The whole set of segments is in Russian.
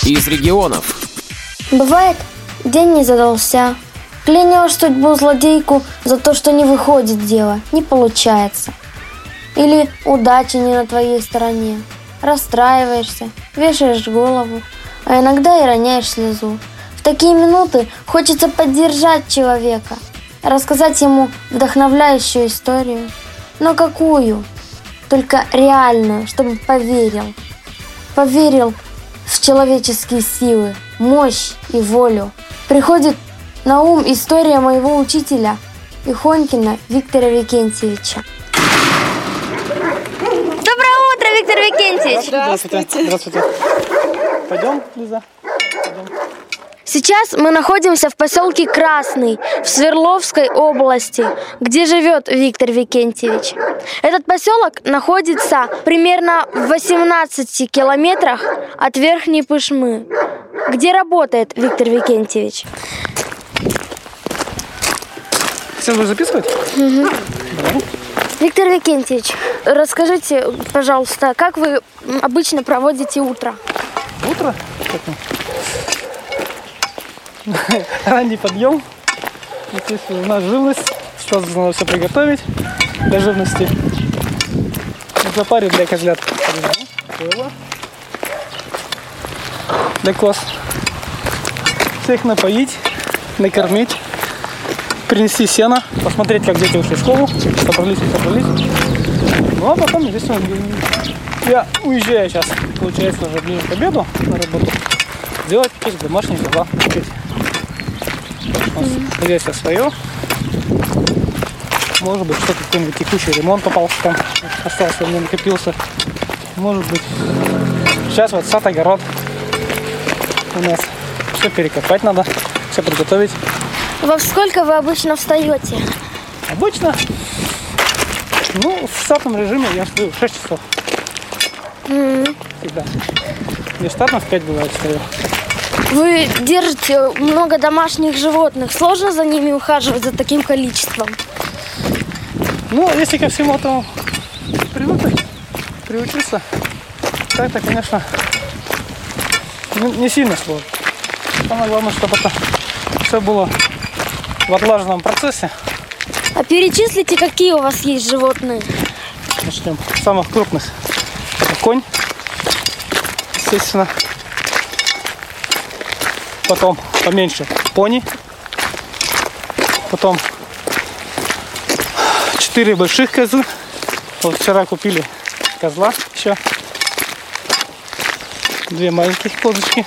из регионов. Бывает, день не задался. Клянешь судьбу злодейку за то, что не выходит дело, не получается. Или удача не на твоей стороне. Расстраиваешься, вешаешь голову, а иногда и роняешь слезу. В такие минуты хочется поддержать человека, рассказать ему вдохновляющую историю. Но какую? Только реальную, чтобы поверил. Поверил в человеческие силы, мощь и волю. Приходит на ум история моего учителя Ихонькина Виктора Викентьевича. Доброе утро, Виктор Викентьевич! Здравствуйте. Здравствуйте. Пойдем, Лиза? Пойдем. Сейчас мы находимся в поселке Красный в Свердловской области, где живет Виктор Викентьевич. Этот поселок находится примерно в 18 километрах от Верхней Пышмы, где работает Виктор Викентьевич. Сейчас будешь записывать? Угу. Виктор Викентьевич, расскажите, пожалуйста, как вы обычно проводите утро? Утро? Ранний подъем. Естественно, у нас живность. Сразу надо все приготовить для живности. Запарить для козлят. Для коз. Всех напоить, накормить, принести сено, посмотреть, как дети ушли в школу, собрались. Ну а потом, естественно, я уезжаю сейчас, получается, уже ближе к обеду на работу, делать какие-то домашние дела. Хозяйство свое. Может быть, что-то какой-нибудь текущий ремонт попался там, остался, у меня накопился. Может быть. Сейчас вот сад, огород у нас. Все перекопать надо, все приготовить. Во сколько вы обычно встаете? Обычно, в штатном режиме я встаю в 6 часов. Всегда. Не в штатном, в 5 бывает встаю. Вы держите много домашних животных. Сложно за ними ухаживать, за таким количеством? Если ко всему этому привыкнуть, приучиться, так-то, конечно, не сильно сложно. Самое главное, чтобы это все было в отлаженном процессе. А перечислите, какие у вас есть животные? Начнем с самых крупных. Это конь, естественно. Потом поменьше пони. Потом 4 больших козы. Вот вчера купили козла еще. 2 маленьких козочки.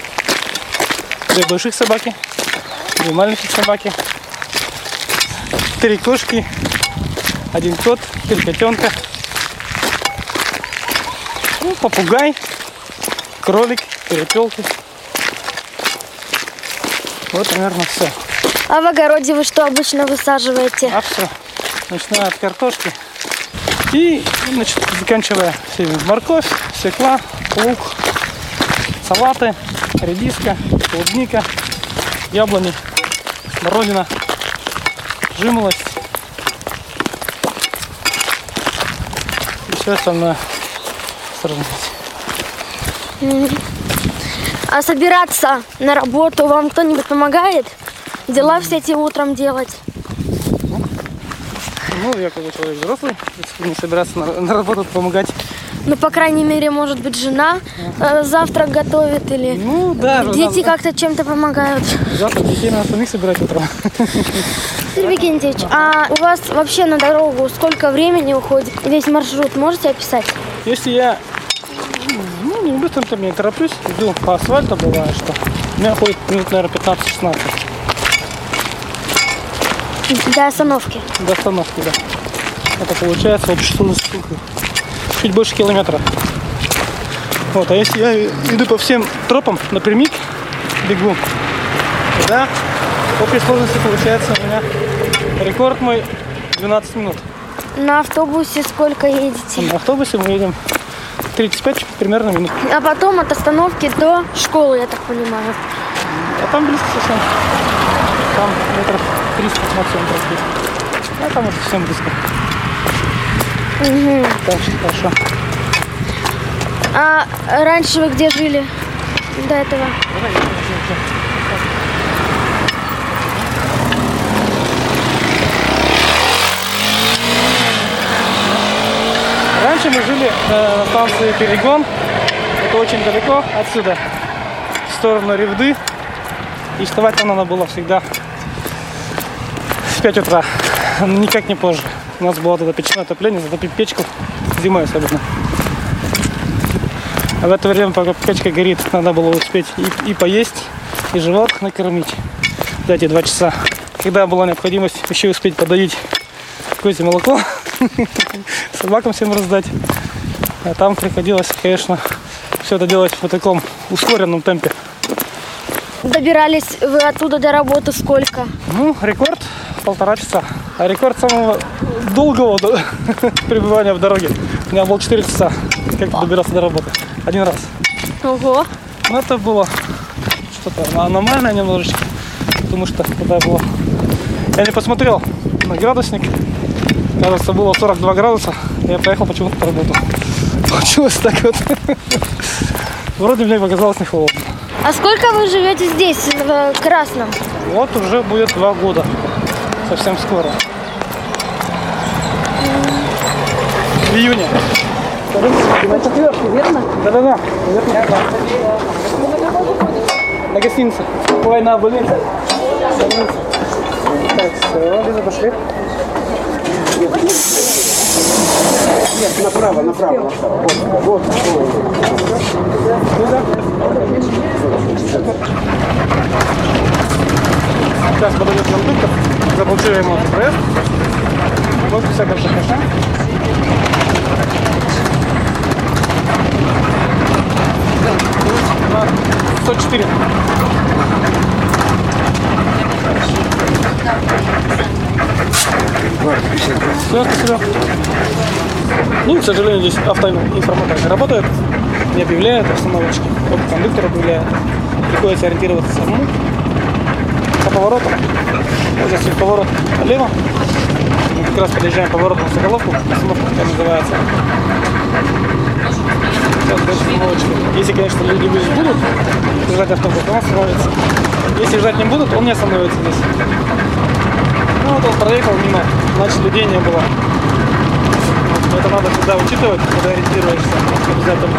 2 больших собаки. 2 маленьких собаки. 3 кошки. 1 кот. 3 котенка. Попугай. Кролик. Перепелки. Вот, наверное, все. А в огороде вы что обычно высаживаете? А все. Начиная от картошки и, заканчивая всеми. Морковь, свекла, лук, салаты, редиска, клубника, яблони, смородина, жимолость и все остальное сравнить. А собираться на работу вам кто-нибудь помогает? Дела все эти утром делать? Я как бы человек взрослый, если не собираться на работу помогать. По крайней мере, может быть, жена завтрак готовит или дети как-то чем-то помогают. Завтра детей надо самих собирать утром. Виктор Викентьевич, а у вас вообще на дорогу сколько времени уходит? Весь маршрут можете описать? Если я не быстренько не тороплюсь, иду по асфальту, бывает, что у меня ходит минут, наверное, 15-16. До остановки? До остановки, да. Это получается чуть больше километра. А если я иду по всем тропам напрямик, бегу, да, в общей сложности получается у меня рекорд мой 12 минут. На автобусе сколько едете? На автобусе мы едем 35 примерно минут. А потом от остановки до школы, я так понимаю. А там близко совсем. Там метров 300 максимум пройти. А там это совсем близко. Угу. Так, хорошо. А раньше вы где жили? до этого. Раньше мы жили на станции Перегон. Это очень далеко отсюда, в сторону Ревды. И вставать там надо было всегда в 5 утра, никак не позже. У нас было тогда печное отопление, затопить печку зимой особенно. А в это время, пока печка горит, надо было успеть и поесть, и животных накормить за эти 2 часа. Когда была необходимость еще успеть подоить козе молоко, собакам всем раздать. А там приходилось, конечно, все это делать в таком ускоренном темпе. Добирались вы оттуда до работы сколько? Ну, рекорд 1,5 часа. А рекорд самого долгого пребывания в дороге у меня был 4 часа, как добирался до работы. 1 раз. Ого! Но это было что-то аномальное немножечко, потому что тогда было... Я не посмотрел на градусник. Кажется, было 42 градуса. Я поехал почему-то на работу. Получилось так вот. Вроде мне показалось не холодно. А сколько вы живете здесь, в Красном? Вот уже будет 2 года. Совсем скоро. В июне. На 4-й, верно? Да-да-да. На гостинице. Ой, на больнице. Так, все, Лиза, пошли. Нет, направо. Вот. Сейчас подойдет кондуктор, заблокируем ему проезд. Вот вся хорошо. 104. Все, спасибо. Ну, к сожалению, здесь автоинформатор не работает, не объявляет остановочки, только кондуктор объявляет. Приходится ориентироваться самому. По поворотам. Вот здесь есть поворот налево. Мы как раз подъезжаем поворотом в Соколовку, остановка такая называется. Сейчас дальше остановочка. Если, конечно, люди будут ждать автобус, то он остановится. Если ждать не будут, он не остановится здесь. Ну вот он проехал мимо, значит людей не было. Вот, это надо всегда учитывать, когда ориентируешься обязательно.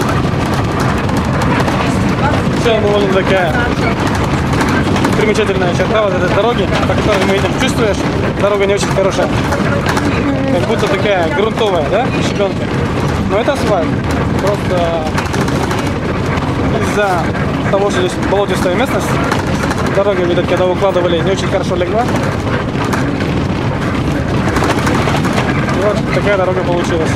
Все довольно такая примечательная черта вот этой дороги, по которой мы едем. Чувствуешь, дорога не очень хорошая. Как будто такая грунтовая, да, щебенка. Но это асфальт. Просто из-за того, что здесь болотистая местность, дорога, видать, когда укладывали, не очень хорошо легла. И вот такая дорога получилась.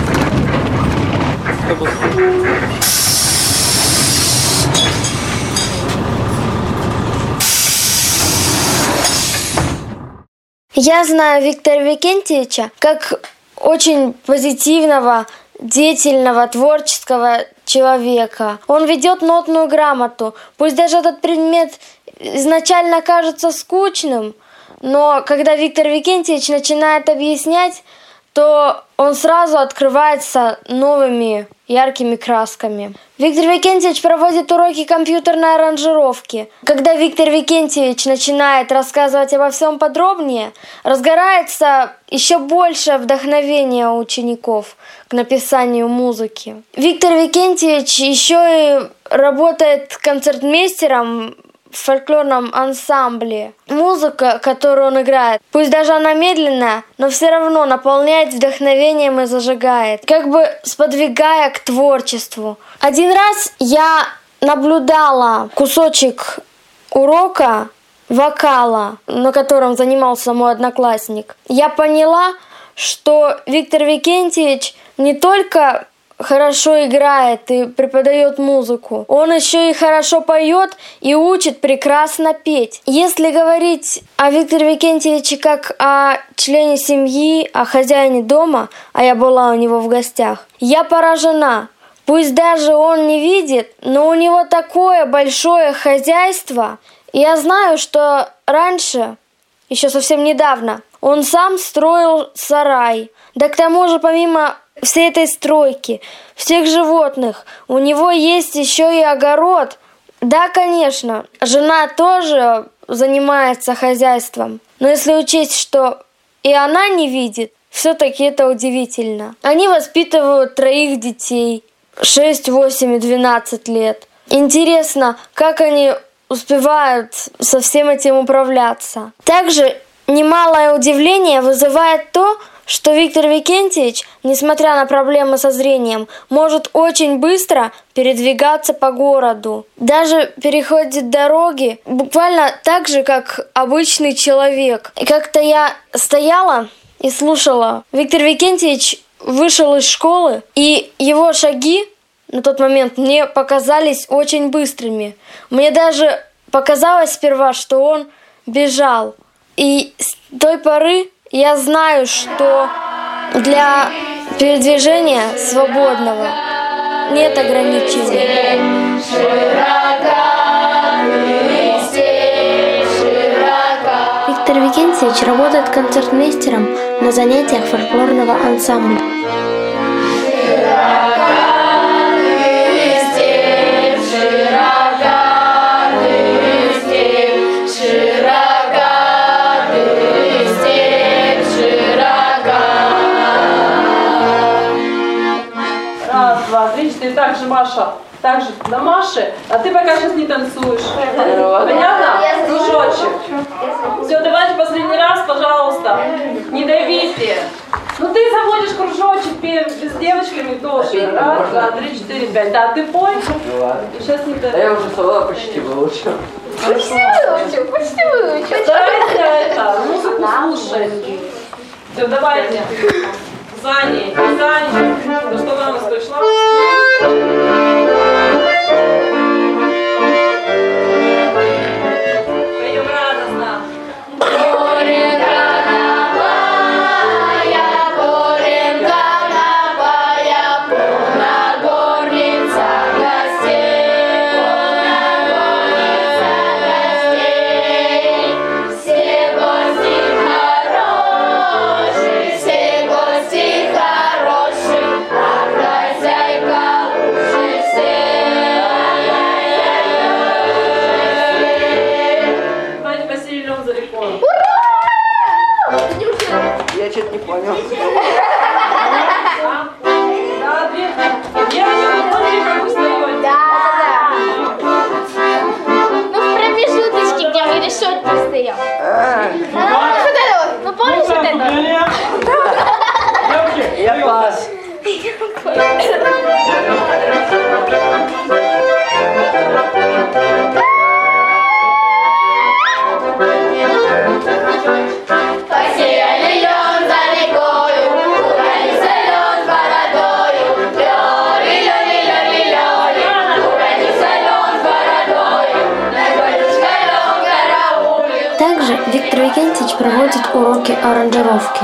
Я знаю Виктора Викентьевича как очень позитивного, деятельного, творческого человека. Он ведет нотную грамоту. Пусть даже этот предмет изначально кажется скучным, но когда Виктор Викентьевич начинает объяснять, то он сразу открывается новыми яркими красками. Виктор Викентьевич проводит уроки компьютерной аранжировки. Когда Виктор Викентьевич начинает рассказывать обо всем подробнее, разгорается еще больше вдохновения у учеников к написанию музыки. Виктор Викентьевич еще и работает концертмейстером в фольклорном ансамбле. Музыка, которую он играет, пусть даже она медленная, но все равно наполняет вдохновением и зажигает, как бы сподвигая к творчеству. Один раз я наблюдала кусочек урока вокала, на котором занимался мой одноклассник. Я поняла, что Виктор Викентьевич не только хорошо играет и преподает музыку, он еще и хорошо поет и учит прекрасно петь. Если говорить о Викторе Викентьевиче как о члене семьи, о хозяине дома, а я была у него в гостях, я поражена. Пусть даже он не видит, но у него такое большое хозяйство. И я знаю, что раньше, еще совсем недавно, он сам строил сарай. Да к тому же, помимо всей этой стройки, всех животных, у него есть еще и огород, Да, конечно, жена тоже занимается хозяйством. Но если учесть, что и она не видит, все-таки это удивительно. Они воспитывают 3 детей, 6, 8 и 12 лет. Интересно, как они успевают со всем этим управляться. Также немалое удивление вызывает то, что Виктор Викентьевич, несмотря на проблемы со зрением, может очень быстро передвигаться по городу. Даже переходит дороги буквально так же, как обычный человек. И как-то я стояла и слушала. Виктор Викентьевич вышел из школы, и его шаги на тот момент мне показались очень быстрыми. Мне даже показалось сперва, что он бежал. И с той поры я знаю, что для передвижения свободного нет ограничений. Виктор Викентьевич работает концертмейстером на занятиях фольклорного ансамбля. Ты так же, Маша, так же на Маше, а ты пока сейчас не танцуешь. Понятно? Кружочек. Все, давайте последний раз, пожалуйста. Не давите. Ну ты заводишь кружочек с девочками тоже. 1, 2, 3, 4, 5. Да, ты пой. И сейчас не дави. Я уже слова почти выучил. Почти выучил. Старайся это, музыку слушать. Все, давайте. Зани, ну что вам слышно? Поем радостно. Я что-то не понял. Да, девочки, смотри, как вы встаете. Да. Ну, в промежуточке, где мы решетки стоял. Помнишь вот это вот? Ну, помнишь вот это? Я пас. Также Виктор Викентьевич проводит уроки аранжировки.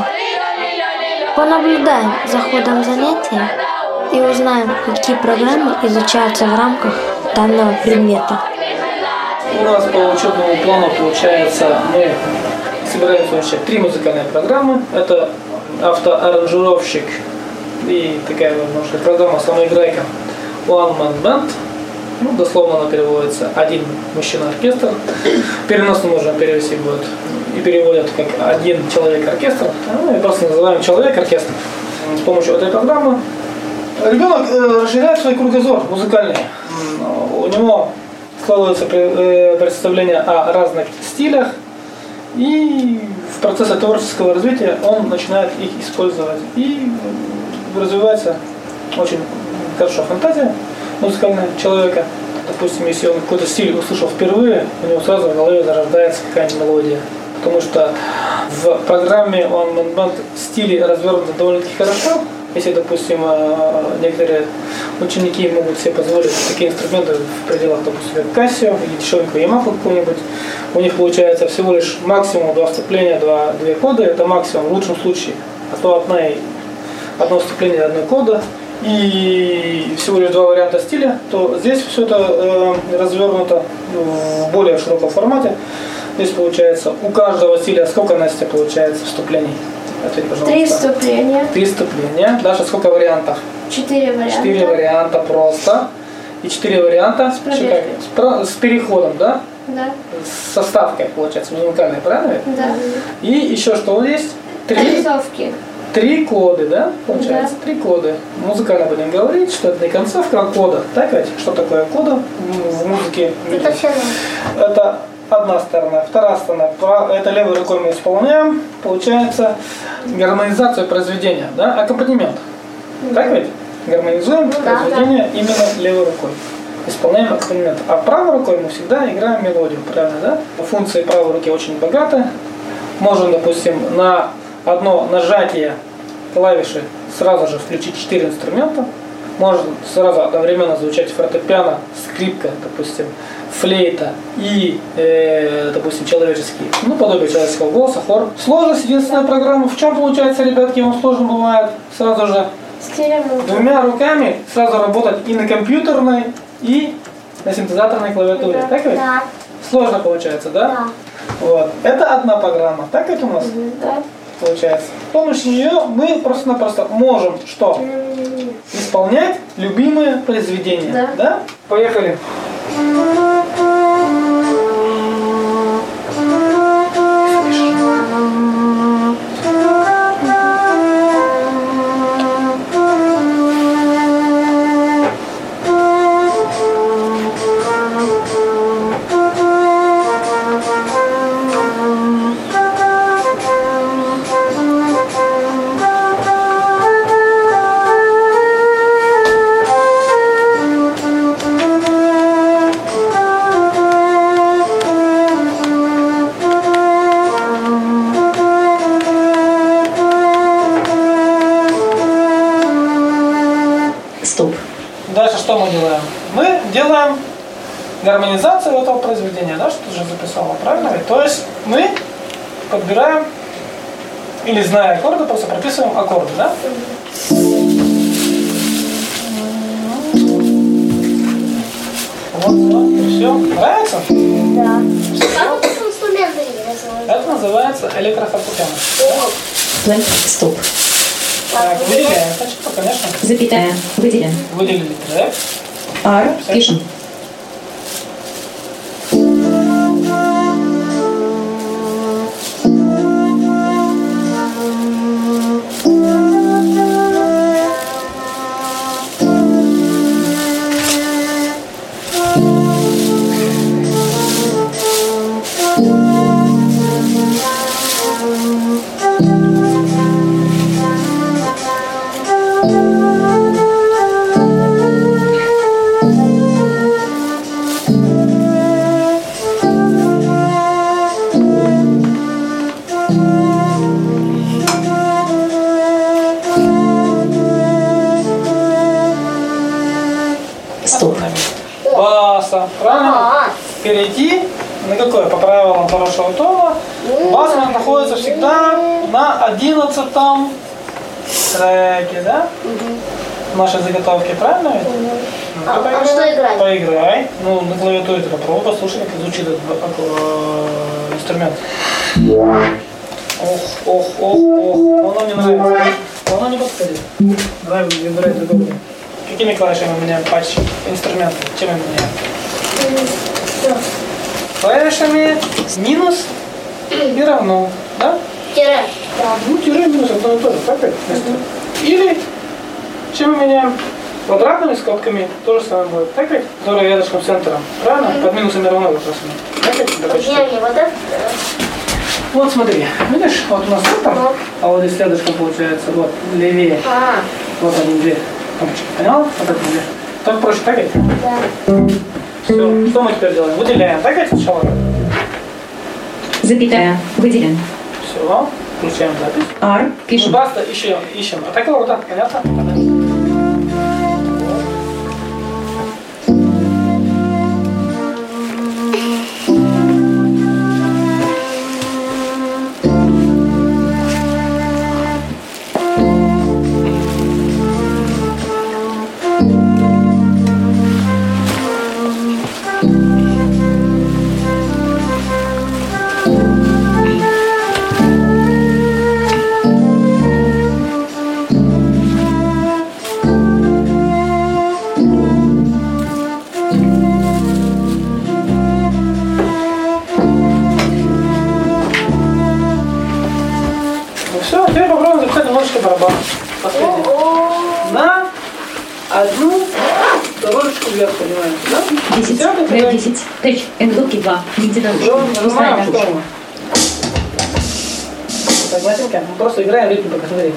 Понаблюдаем за ходом занятия и узнаем, какие программы изучаются в рамках данного предмета. У нас по учебному плану получается, мы собираемся изучать 3 музыкальные программы. Это автоаранжировщик и такая немножко программа самоиграйка One Man Band. Ну, дословно она переводится «один мужчина-оркестр». В переносном можно перевести будет и переводят как «один человек-оркестр». Ну, и просто называем «человек-оркестр». С помощью этой программы ребенок расширяет свой кругозор музыкальный. У него складывается представление о разных стилях, и в процессе творческого развития он начинает их использовать. И развивается очень хорошо фантазия музыкального человека. Допустим, если он какой-то стиль услышал впервые, у него сразу в голове зарождается какая-нибудь мелодия. Потому что в программе One Man Band стили развернуты довольно-таки хорошо. Если, допустим, некоторые ученики могут себе позволить такие инструменты в пределах, допустим, Casio или дешевенькую Yamaha какую-нибудь, у них получается всего лишь максимум 2 вступления, 2 кода, это максимум в лучшем случае. А то одно вступление, 1 кода и всего лишь 2 варианта стиля, то здесь все это развернуто в более широком формате. Здесь получается у каждого стиля сколько, Настя, получается вступлений? Ответь, пожалуйста. 3 вступления. 3 вступления. Даша, сколько вариантов? 4 варианта. 4 варианта просто. и 4 варианта с переходом, да? Да. Со ставкой, получается, уникальной, правильно? Да. И еще что есть? Концовки. 3 коды, да? Получается, 3 коды. Музыкально будем говорить, что это не концовка, а кода. Так ведь? Что такое кода в музыке? Это все. Это одна сторона. Вторая сторона. Это левой рукой мы исполняем. Получается гармонизация произведения, да? Аккомпанемент. Так ведь? Гармонизуем произведение именно левой рукой. Исполняем аккомпанемент. А правой рукой мы всегда играем мелодию, правильно, да? Функции правой руки очень богаты. Можем, допустим, на одно нажатие клавиши сразу же включить 4 инструмента. Может сразу одновременно звучать фортепиано, скрипка, допустим, флейта и, допустим, человеческий, подобие человеческого голоса, хор. Сложность единственная программа. В чем получается, ребятки, вам сложно бывает сразу же двумя руками сразу работать и на компьютерной, и на синтезаторной клавиатуре. Да. Так ведь? Да. Сложно получается, да? Да. Вот. Это одна программа. Так ведь у нас? Да. Получается. С помощью нее мы просто-напросто можем что? Исполнять любимые произведения. Да? Поехали. Дальше что мы делаем? Мы делаем гармонизацию этого произведения, да, что ты уже записала, правильно? То есть мы подбираем, или зная аккорды, просто прописываем аккорды, да? Вот, все. Нравится? Да. Как это инструменты называются? Это называется электрофортепиано. Стоп. Так, выделяем сначала, конечно. Запятая. Выделен. Выделили трек. Ар. Пишем. Стоп. Баса, правильно? Перейти на какое? По правилам хорошего тона. Бас у нас находится всегда на 11-м треке, да? Нашей заготовки, правильно ведь? А что играть? Поиграй. Ну, на клавиатуре ты попробуй, послушай, как звучит этот инструмент. Ох, ох, ох, ох. Оно не нравится. Оно не подходит. Давай выбирай другой. Какими клавишами мы меняем патч инструмента? Чем мы меняем? Клавишами минус и равно, да? Тире. Ну, тире минус одно и то же, так ведь? Или чем мы меняем? Квадратными скобками то же самое будет, так ведь? Которые рядышком с центром, правильно? Под минусами равно как раз. Так ведь? Не, вот это. Вот смотри, видишь, вот у нас центр, а вот здесь рядышком получается, вот, левее. Вот один дверь. Понял? Вот это дверь. Так проще, так ведь? Да. Все, что мы теперь делаем? Выделяем, так ведь сначала? Запятая. Выделен. Все, включаем запись. Ар. Пишем. Баста, ищем. А так вот так, понятно? Дальше барабан. Последний. На одну дорожечку вверх, понимаете, да? 10. Рэп 10. Тэч. Энгелки 2. Лейтенант. Нажимаем шторму. Согласен, мы просто играем ритм, пока смотри.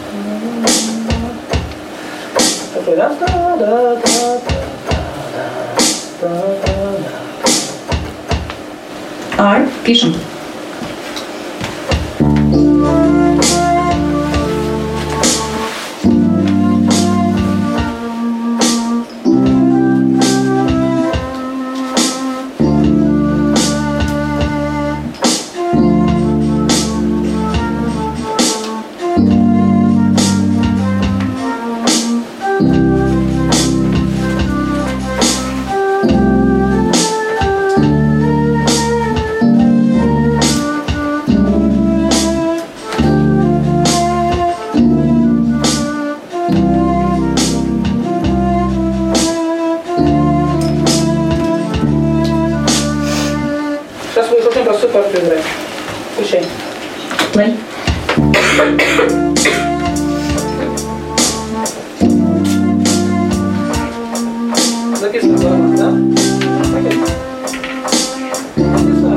Такой, да? R. Пишем. Сейчас будет очень простой партию играть. Включай. Play. Записано барабан, да? Окей. Записано.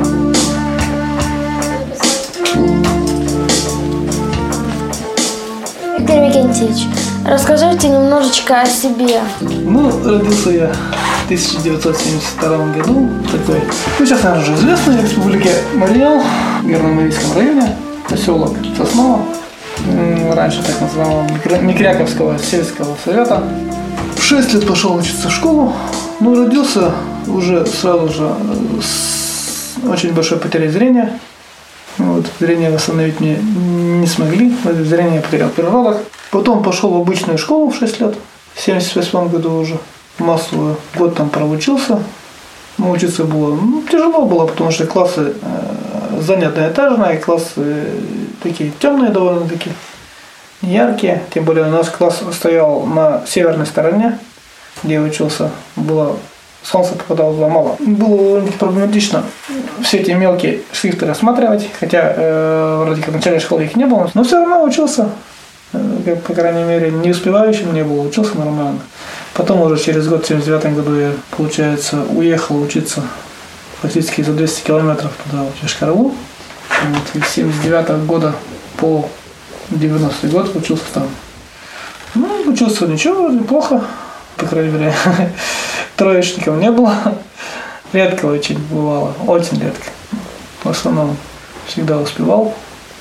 Виктор Викентьевич, расскажите немножечко о себе. Ну, родился я в 1972 году, такой, ну, сейчас, наверное, уже известный, в республике Мариэл, в Горно-Марийском районе, поселок Сосново, раньше так называемого Микряковского сельского совета. В 6 лет пошел учиться в школу, но родился уже сразу же с очень большой потерей зрения. Вот, зрение восстановить мне не смогли, зрение я потерял при родах. Потом пошел в обычную школу в 6 лет, в 1978 году уже, массовую. Год там проучился. Но учиться было тяжело было, потому что классы занятно-этажные, классы такие темные довольно-таки, яркие. Тем более у нас класс стоял на северной стороне, где я учился. Было солнце попадало туда мало. Было проблематично все эти мелкие шрифты рассматривать, хотя вроде как в начале школы их не было, но все равно учился. По крайней мере, не успевающим не было, учился нормально. Потом уже через год, в 1979 году я, получается, уехал учиться практически за 200 километров туда, в Йошкар-Олу. Вот, и с 1979 года по 90-й год учился там. Ну, учился ничего, неплохо, по крайней мере, троечников не было. Редко очень бывало, очень редко. В основном всегда успевал.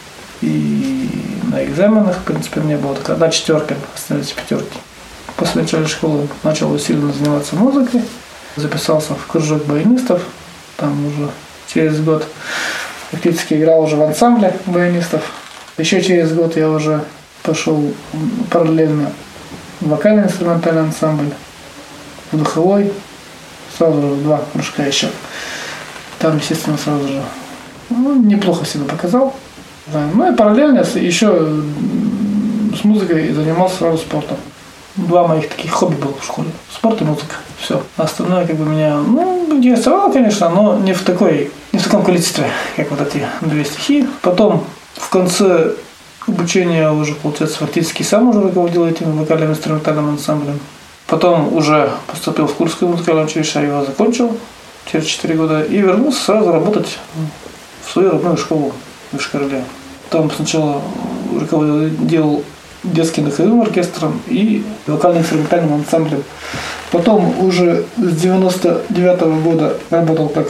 И на экзаменах, в принципе, мне было только одна четверка, остались пятерки. После начала школы начал усиленно заниматься музыкой. Записался в кружок баянистов. Там уже через год практически играл уже в ансамбле баянистов. Еще через год я уже пошел параллельно в вокально-инструментальный ансамбль, в духовой. Сразу же 2 кружка еще. Там, естественно, сразу же неплохо себя показал. Да. Ну и параллельно еще с музыкой занимался сразу спортом. 2 моих таких хобби было в школе. Спорт и музыка. Все. Остальное как бы меня, интересовало, конечно, но не в таком количестве, как вот эти 2 стихи. Потом в конце обучения уже, получается, фактически сам уже руководил этим вокальным инструментальным ансамблем. Потом уже поступил в Курское музыкальное училище, его закончил через 4 года и вернулся сразу работать в свою родную школу в Йошкар-Оле. Там сначала руководил детским духовым оркестром и вокально-инструментальным ансамблем. Потом уже с 1999 года работал как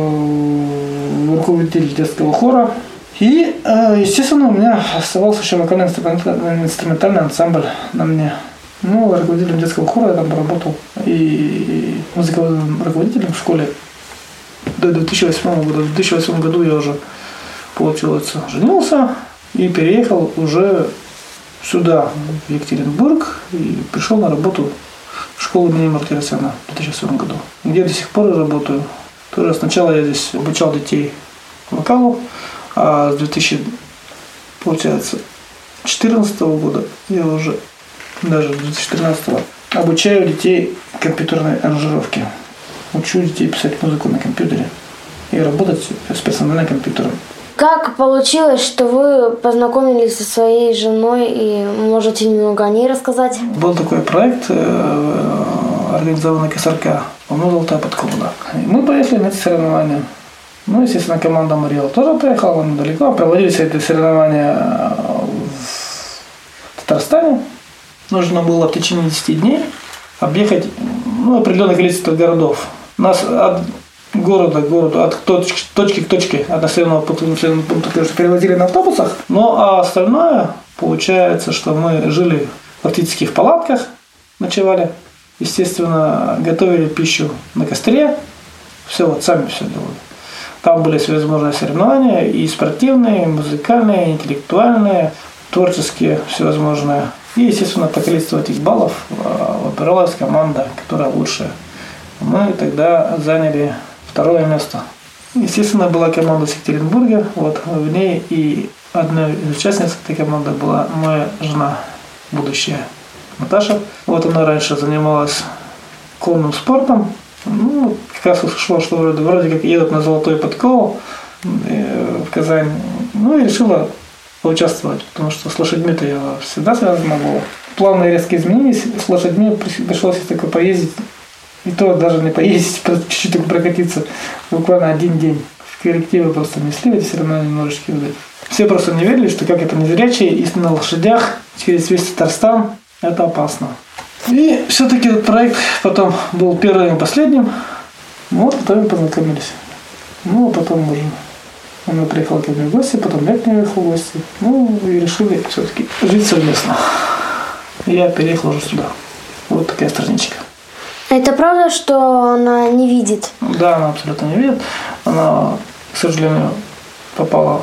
руководитель детского хора. И, естественно, у меня оставался еще вокально-инструментальный ансамбль на мне. Руководителем детского хора я там поработал. И музыковым руководителем в школе до 2008 года. В 2008 году я уже, получается, женился и переехал уже сюда, в Екатеринбург, и пришел на работу в школу имени Мартиросяна в 2007 году, где до сих пор работаю. Тоже сначала я здесь обучал детей вокалу, а с 2014 года я уже, даже 2013 обучаю детей компьютерной аранжировке. Учу детей писать музыку на компьютере и работать с персональным компьютером. Как получилось, что вы познакомились со своей женой и можете немного о ней рассказать? Был такой проект, организованный КСРК, по-моему, «Золотая подкова». Мы поехали на эти соревнования. Ну, естественно, команда Марьела тоже приехала недалеко. Проводились эти соревнования в Татарстане. Нужно было в течение 10 дней объехать определенное количество городов. Нас от города к городу, от точки к точке, от населенного пункта к населенному пункту перевозили на автобусах. Ну, а остальное, получается, что мы жили фактически в палатках, ночевали. Естественно, готовили пищу на костре. Все, вот сами все делали. Там были всевозможные соревнования, и спортивные, и музыкальные, и интеллектуальные, творческие, всевозможные. И, естественно, по количеству этих баллов выбиралась команда, которая лучшая. Мы тогда заняли 2 место. Естественно, была команда с Екатеринбурга. Вот в ней и одной из участниц этой команды была моя жена, будущая Наташа. Вот она раньше занималась конным спортом. Ну, как раз услышала, что вроде как едут на Золотую подкову в Казань. Ну и решила поучаствовать, потому что с лошадьми-то я всегда связана была. Планы резко изменились, с лошадьми пришлось только поездить. И то даже не поездить, чуть-чуть только прокатиться. Буквально 1 день. В коллективы просто несли эти соревнования немножечко. Все просто не верили, что как это незрячие, и на лошадях через весь Татарстан это опасно. И все-таки этот проект потом был первым и последним. Вот, потом мы познакомились. Ну, а потом уже она приехала ко мне в гости, потом я к ней приехал в гости. Ну, и решили все-таки жить совместно. И я переехал уже сюда. Вот такая страничка. Это правда, что она не видит? Да, она абсолютно не видит. Она, к сожалению, попала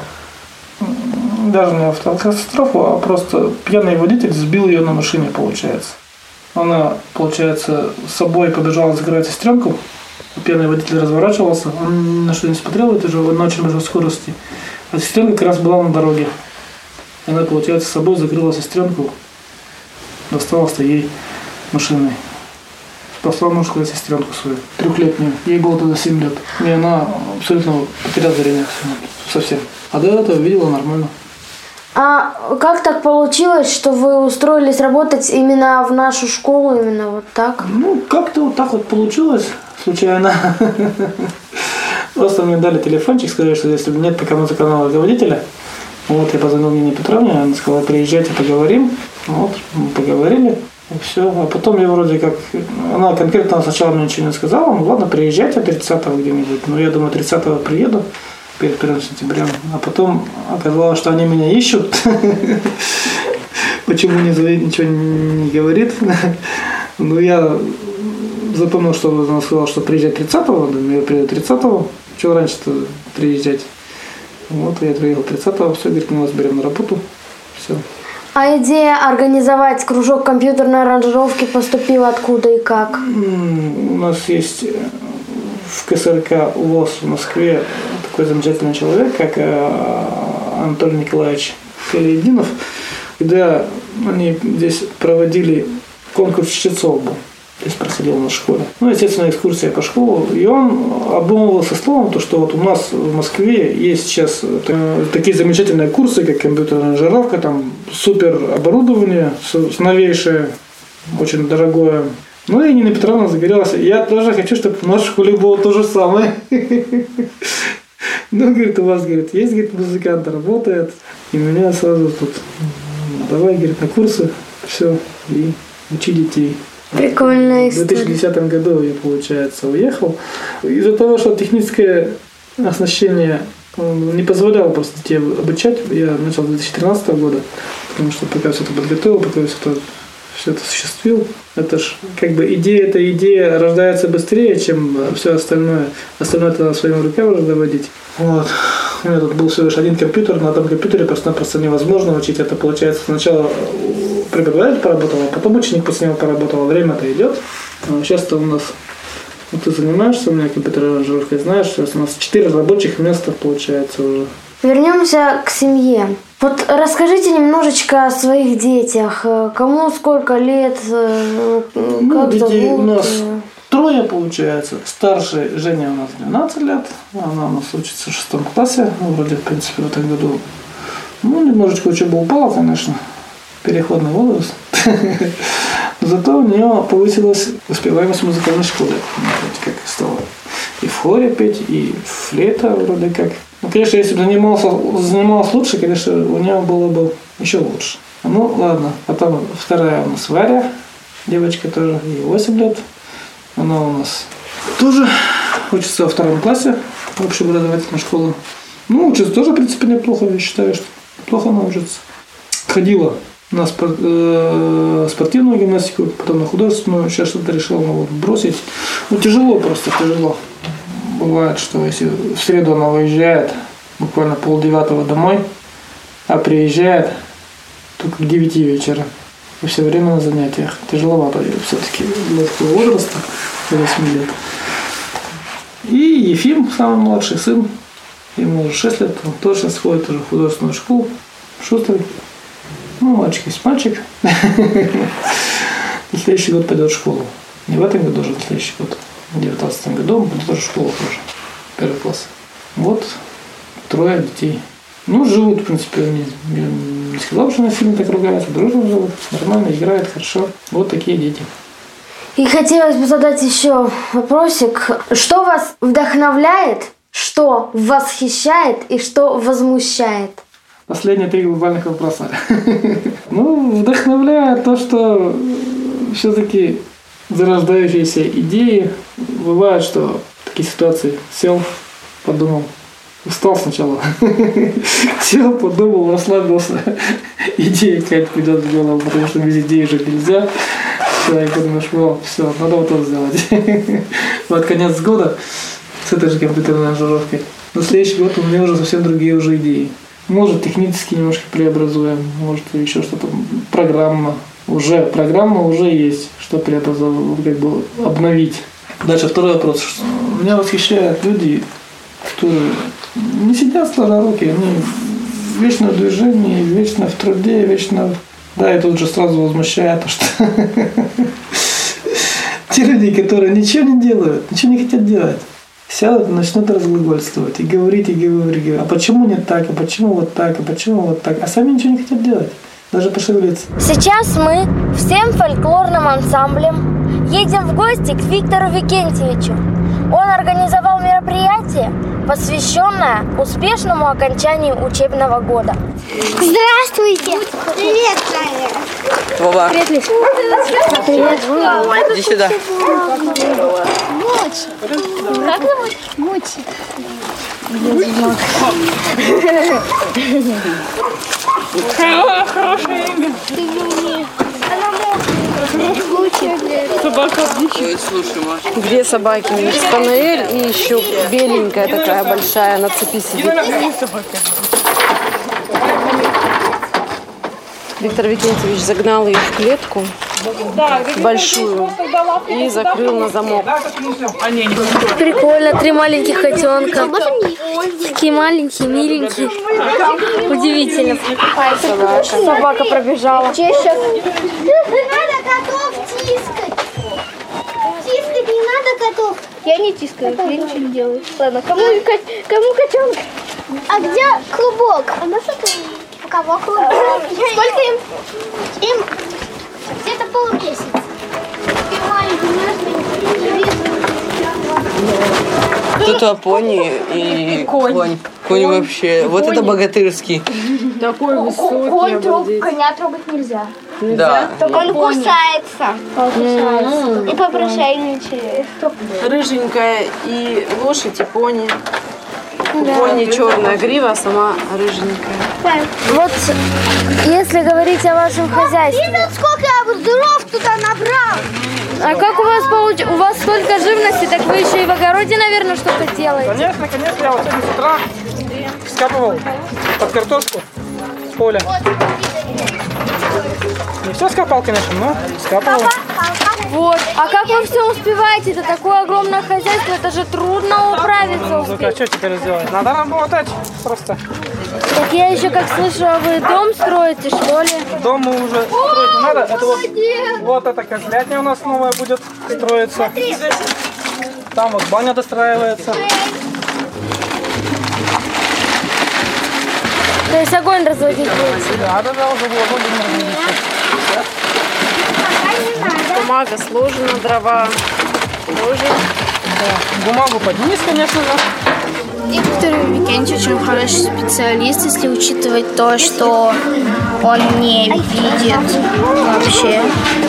даже не в автокатастрофу, а просто пьяный водитель сбил ее на машине, получается. Она, получается, с собой побежала закрывать сестренку. Пьяный водитель разворачивался, он ни на что не смотрел, это же на очень большой скорости. А сестренка как раз была на дороге. Она, получается, с собой закрыла сестренку, досталась ей машиной. Спасла, можно сказать, сестренку свою, 3-летнюю. Ей было тогда 7 лет. И она абсолютно потеряла зрение совсем. А до этого видела нормально. А как так получилось, что вы устроились работать именно в нашу школу, именно вот так? Ну, как-то вот так вот получилось, случайно. Просто мне дали телефончик, сказали, что если нет пока музыкального руководителя. Вот, я позвонил Нине Петровне, она сказала, приезжайте, поговорим. Вот, мы поговорили, и все. А потом я вроде как, она конкретно сначала мне ничего не сказала, ну ладно, приезжайте 30-го где-нибудь. Ну, я думаю, 30-го приеду. Перед 1 сентября. А потом оказалось, что они меня ищут. Почему не звонит, ничего не говорит. Ну, я запомнил, что она сказала, что приезжать 30-го. Я приеду 30-го. Чего раньше-то приезжать? Вот, я приехал 30-го. Все, говорит, мы вас берем на работу. Все. А идея организовать кружок компьютерной аранжировки поступила откуда и как? У нас есть в КСРК УВОЗ в Москве такой замечательный человек, как Анатолий Николаевич Калиединов, когда они здесь проводили конкурс чтецов был. Здесь проходил в нашей школе. Ну, естественно, экскурсия по школе. И он обдумывался словом, то, что вот у нас в Москве есть сейчас такие замечательные курсы, как компьютерная аранжировка, там супер оборудование, новейшее, очень дорогое. Ну и Нина Петровна загорелась. Я тоже хочу, чтобы в нашей школе было то же самое. Ну, говорит, у вас, говорит, есть, говорит, музыкант, работает. И меня сразу тут, давай, говорит, на курсы, все, и учи детей. Прикольная история. В 2010 году я, получается, уехал. Из-за того, что техническое оснащение не позволяло просто детей обучать, я начал с 2013 года, потому что пока все это подготовил, пока все это осуществил. Это ж как бы идея рождается быстрее, чем все остальное. Остальное это своими руками уже доводить. Вот. У меня тут был всего лишь один компьютер, на этом компьютере просто невозможно учить. Это получается сначала преподаватель поработал, а потом ученик после него поработал. Время-то идет. А сейчас-то у нас, вот ты занимаешься у меня компьютерной аранжировкой, знаешь, сейчас у нас 4 рабочих места получается уже. Вернемся к семье. Вот расскажите немножечко о своих детях. Кому сколько лет, как детей зовут? у нас трое, получается. Старший Женя у нас 12 лет. Она у нас учится в 6 классе. Ну, вроде, в принципе, в этом году. Ну, немножечко учеба упала, конечно. Переходный возраст. Зато у нее повысилась успеваемость в музыкальной школе. Вроде как стала и в хоре петь, и флейта вроде как. Ну, конечно, если бы занималась лучше, конечно, у нее было бы еще лучше. Ну, ладно. Потом вторая у нас Варя. Девочка тоже, ей 8 лет. Она у нас тоже учится во 2 классе в общеобразовательной школе. Ну, учится тоже, в принципе, неплохо. Я считаю, что неплохо она учится. Ходила на спортивную гимнастику, потом на художественную. Сейчас что-то решила бросить. Ну, тяжело просто, тяжело. Бывает, что если в среду она выезжает буквально 8:30 домой, а приезжает только к 9 вечера. И все время на занятиях. Тяжеловато все-таки для такого возраста, до 8 лет. И Ефим, самый младший сын, ему уже 6 лет, он тоже сейчас ходит уже в художественную школу. Шустрый. Ну, мальчик есть мальчик. На следующий год пойдет в школу. Не в этом году, уже на следующий год. В 19 году он пойдет тоже в школу тоже. 1 класс. Вот 3 детей. Ну, живут, в принципе, они, я не сказал, что они сильно так ругаются, дружно живут, нормально, играют, хорошо. Вот такие дети. И хотелось бы задать еще вопросик. Что вас вдохновляет, что восхищает и что возмущает? Последние 3 глобальных вопроса. Ну, вдохновляет то, что все-таки зарождающиеся идеи. Бывает, что в такие ситуации сел, подумал. Устал сначала. Сел, подумал, расслабился. Идея какая-то придет в голову, потому что без идеи жить нельзя. Все, я подумаешь, все, надо вот это сделать. Вот конец года с этой же компьютерной аранжировкой. На следующий год у меня уже совсем другие уже идеи. Может, технически немножко преобразуем, может, еще что-то. Программа уже есть, что преобразовать, как бы обновить. Дальше второй вопрос. Меня восхищают люди, которые не сидят сложа руки, они вечно в движении, вечно в труде, вечно... Да, и тут же сразу возмущает, что те люди, которые ничего не делают, ничего не хотят делать, сядут и начнут разглагольствовать и говорить, а почему не так, а почему вот так, а почему вот так, а сами ничего не хотят делать, даже пошевелиться. Сейчас мы всем фольклорным ансамблем едем в гости к Виктору Викентьевичу. Он организовал мероприятие, посвященное успешному окончанию учебного года. Здравствуйте! Привет, Таня! Вова, Привет. иди сюда. Мочи. Как зовут? Мочи. Хорошее имя. Собака отличная. Слушай, Маша. Две собаки, спаниель и еще беленькая такая большая на цепи сидит. Виктор Викентьевич загнал ее в клетку большую и закрыл на замок. Прикольно, 3 маленьких котенка. Такие маленькие, миленькие. Удивительно. Собака пробежала. Не надо котов тискать. Тискать не надо котов. Я не тискаю, я ничего не делаю. Ладно, кому котенка? А где клубок? А на что ты? У кого клубок? Сколько им? Им где-то полмесяца. Такие маленькие, нежные. Тут пони и конь. Конь вообще. Вот это богатырский. Такой высокий, обалдеть. Коня трогать нельзя. Да. Он кусается. И попрошайничает. Рыженькая и лошадь, и пони. У пони черная грива, а сама рыженькая. Вот если говорить о вашем хозяйстве, Видно, сколько я дров туда набрал. а как у вас столько живности, так вы еще и в огороде, наверное, что-то делаете? Конечно, я вот сегодня с утра скапывал под картошку с поля. Не все скопал, конечно, но скапывал. Вот. А как вы все успеваете? Это такое огромное хозяйство, это же трудно управиться. А что теперь сделать? Надо работать просто. Так я еще как слышала, вы дом строите, что ли? Дом мы уже строить не надо. Это вот эта козлятня у нас новая будет строиться. Там вот баня достраивается. То есть огонь разводить будете? Да, уже будем разводить. Бумага сложена, дрова тоже. Да. Бумагу поднялись, конечно же. Виктор Викентьевич очень хороший специалист, если учитывать то, что он не видит вообще.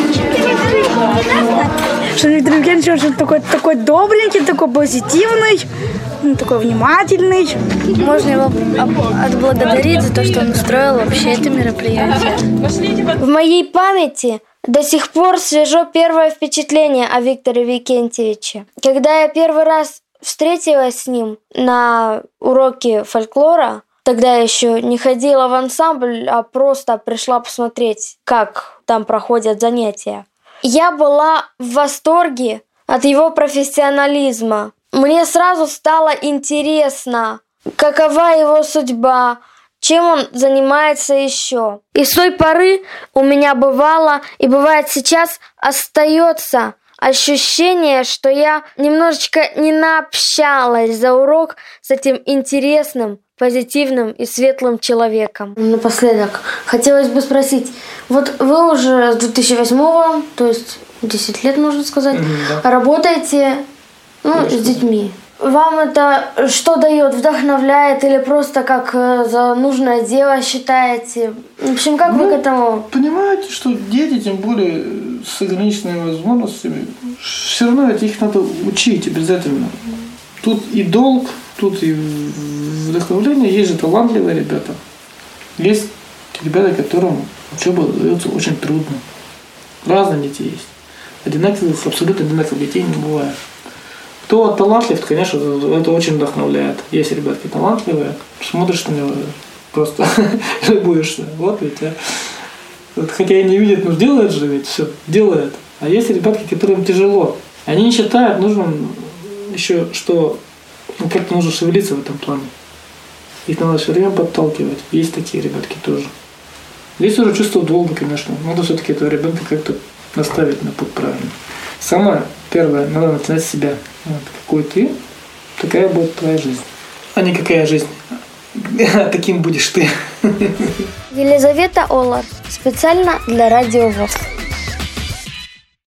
Что Виктор Евгеньевич очень такой добренький, такой позитивный, такой внимательный. Можно его отблагодарить за то, что он устроил вообще это мероприятие. В моей памяти до сих пор свежо первое впечатление о Викторе Викентьевиче. Когда я первый раз встретилась с ним на уроке фольклора, тогда я еще не ходила в ансамбль, а просто пришла посмотреть, как там проходят занятия. Я была в восторге от его профессионализма. Мне сразу стало интересно, какова его судьба, чем он занимается еще. И с той поры у меня бывало и бывает сейчас остается ощущение, что я немножечко не наобщалась за урок с этим интересным, позитивным и светлым человеком. Напоследок, хотелось бы спросить, вот вы уже с 2008-го, то есть 10 лет, можно сказать, работаете с детьми. Вам это что дает? Вдохновляет или просто как за нужное дело считаете? В общем, как вы к этому? Понимаете, что дети, тем более с ограниченными возможностями, все равно их надо учить обязательно. Тут и долг, тут и вдохновление. Есть же талантливые ребята. Есть ребята, которым учеба дается очень трудно. Разные дети есть. Одинаковых, абсолютно одинаковых детей не бывает. Кто талантлив, конечно, это очень вдохновляет. Есть ребятки талантливые, смотришь на него, просто любуешься. Вот ведь, хотя и не видят, но делает же ведь, все, делает. А есть ребятки, которым тяжело. Они не считают нужным еще, что как-то нужно шевелиться в этом плане. Их надо все время подталкивать. Есть такие ребятки тоже. Есть уже чувство долга, конечно. Надо все-таки этого ребенка как-то наставить на путь правильный. Самое первое, надо начинать с себя. Вот, какой ты, такая будет твоя жизнь. А не какая жизнь, таким будешь ты. Елизавета Олар. Специально для Радио ВОС.